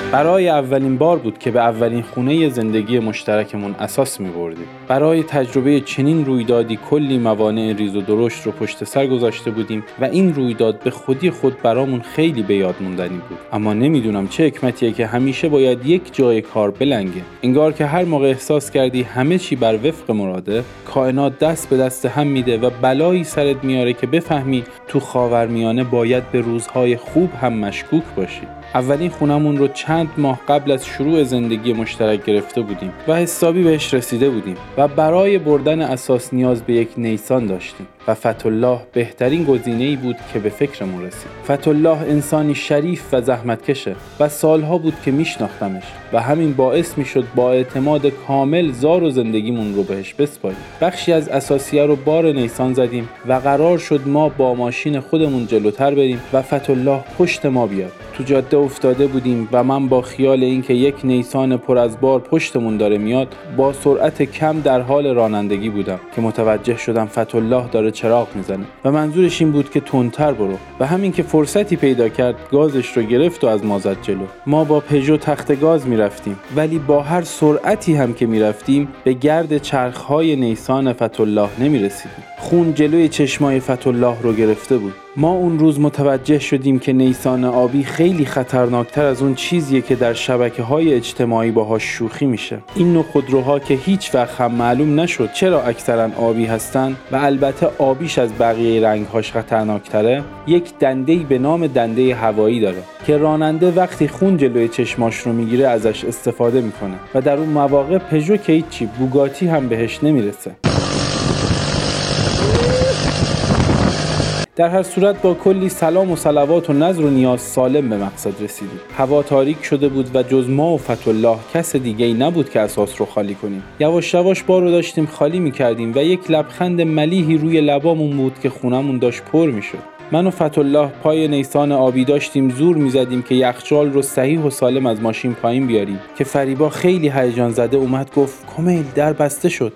برای اولین بار بود که به اولین خونه زندگی مشترکمون اساس می‌بردیم. برای تجربه چنین رویدادی کلی موانع ریز و درشت رو پشت سر گذاشته بودیم و این رویداد به خودی خود برامون خیلی به یاد موندنی بود. اما نمیدونم چه حکمتیه که همیشه باید یک جای کار بلنگه. انگار که هر موقع احساس کردی همه چی بر وفق مراده، کائنات دست به دست هم میده و بلایی سرت میاره که بفهمی تو خاورمیانه باید به روزهای خوب هم مشکوک باشی. اولین خونمون رو چند ماه قبل از شروع زندگی مشترک گرفته بودیم و حسابی بهش رسیده بودیم و برای بردن اساس نیاز به یک نیسان داشتیم و فتح‌الله بهترین گزینه‌ای بود که به فکرمون رسید. فتح‌الله انسانی شریف و زحمتکشه و سالها بود که میشناختمش و همین باعث میشد با اعتماد کامل زار و زندگیمون رو بهش بسپاریم. بخشی از اساسیه رو بار نیسان زدیم و قرار شد ما با ماشین خودمون جلوتر بریم و فتح‌الله پشت ما بیاد. تو جاده افتاده بودیم و من با خیال اینکه یک نیسان پر از بار پشتمون داره میاد با سرعت کم در حال رانندگی بودم که متوجه شدم فتح‌الله داره چراغ میزنه و منظورش این بود که تندتر برو و همین که فرصتی پیدا کرد گازش رو گرفت و از ما زد جلو. ما با پژو تخت گاز میرفتیم ولی با هر سرعتی هم که میرفتیم به گرد چرخهای نیسان فتح‌الله نمیرسیدیم. خون جلوی چشمای فتح‌الله رو گرفته بود. ما اون روز متوجه شدیم که نیسان آبی خیلی خطرناکتر از اون چیزیه که در شبکه‌های اجتماعی باهاش شوخی میشه. این نوع خودروها که هیچ وقت هم معلوم نشد چرا اکثرا آبی هستن و البته آبیش از بقیه رنگ‌هاش خطرناکتره، یک دنده‌ای به نام دنده هوایی داره که راننده وقتی خون جلوی چشماش رو میگیره ازش استفاده میکنه و در اون مواقع پژو که هیچی، بوگاتی هم بهش نمیرسه. در هر صورت با کلی سلام و صلوات و نذر و نیاز سالم به مقصد رسیدیم. هوا تاریک شده بود و جز ما و فتح‌الله کس دیگه‌ای نبود که اساس رو خالی کنیم. یواش یواش بار رو داشتیم خالی می‌کردیم و یک لبخند ملیحی روی لبامون بود که خونمون داشت پر می‌شد. من و فتح‌الله پای نیسان آبی داشتیم زور می‌زدیم که یخچال رو صحیح و سالم از ماشین پایین بیاریم که فریبا خیلی هیجان زده اومد گفت کمیل در بسته شد.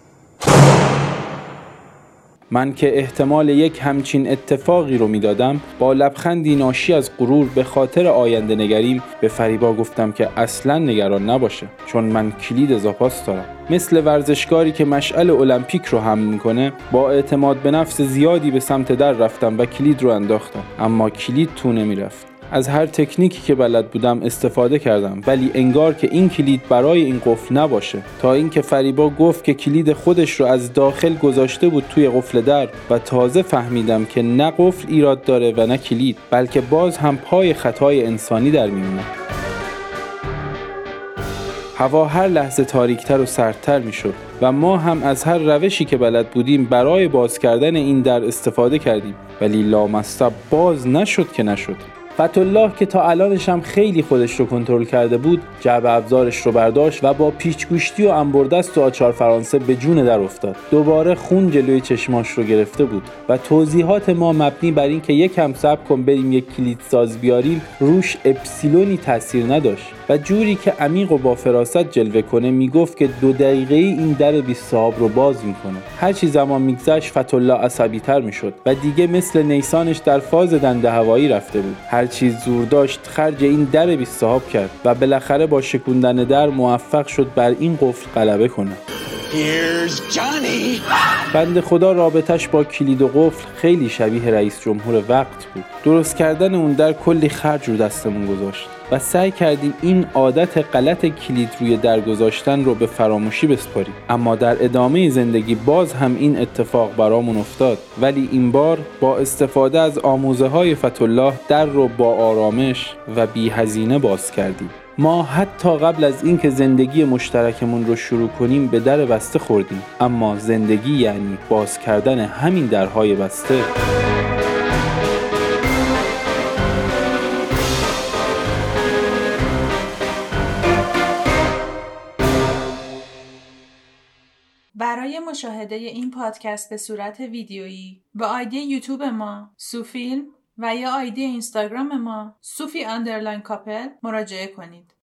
من که احتمال یک همچین اتفاقی رو میدادم با لبخندی ناشی از غرور به خاطر آینده نگریم به فریبا گفتم که اصلاً نگران نباشه چون من کلید زاپاس دارم. مثل ورزشکاری که مشعل المپیک رو حمل میکنه با اعتماد به نفس زیادی به سمت در رفتم و کلید رو انداختم اما کلید تو نمیرفت. از هر تکنیکی که بلد بودم استفاده کردم ولی انگار که این کلید برای این قفل نباشه تا اینکه فریبا گفت که کلید خودش رو از داخل گذاشته بود توی قفل در و تازه فهمیدم که نه قفل ایراد داره و نه کلید بلکه باز هم پای خطای انسانی در میمونه. هوا هر لحظه تاریکتر و سردتر میشد و ما هم از هر روشی که بلد بودیم برای باز کردن این در استفاده کردیم ولی لامصب باز نشد که نشد. فتح‌الله که تا الانش هم خیلی خودش رو کنترل کرده بود جعبه ابزارش رو برداشت و با پیچگوشتی و انبردست و آچار فرانسه به جون در افتاد. دوباره خون جلوی چشماش رو گرفته بود و توضیحات ما مبنی بر این که یکم صبر کن بریم یک کلید ساز بیاریم روش اپسیلونی تاثیر نداشت و جوری که عمیق و با فراست جلوه کنه میگفت که 2 دقیقه این در 20 صاحب رو باز میکنه. هرچی زمان میگذشت فتح‌الله عصبی تر میشد و دیگه مثل نیسانش در فاز دنده هوایی رفته بود. هر چیز زور داشت خرج این در 20 صاحب کرد و بالاخره با شکوندن در موفق شد بر این قفل غلبه کنه. بنده خدا رابطش با کلید و قفل خیلی شبیه رئیس جمهور وقت بود. درست کردن اون در کلی خرج رو دستمون گذاشت و سعی کردیم این عادت غلط کلید روی در گذاشتن رو به فراموشی بسپاریم. اما در ادامه زندگی باز هم این اتفاق برامون افتاد ولی این بار با استفاده از آموزه‌های فتح‌الله در رو با آرامش و بی هزینه باز کردیم. ما حتی قبل از اینکه زندگی مشترکمون رو شروع کنیم به در بسته خوردیم اما زندگی یعنی باز کردن همین درهای بسته. برای مشاهده این پادکست به صورت ویدیویی با آیدی یوتیوب ما سوفیلم و یا آیدی اینستاگرام ما سوفی_کاپل مراجعه کنید.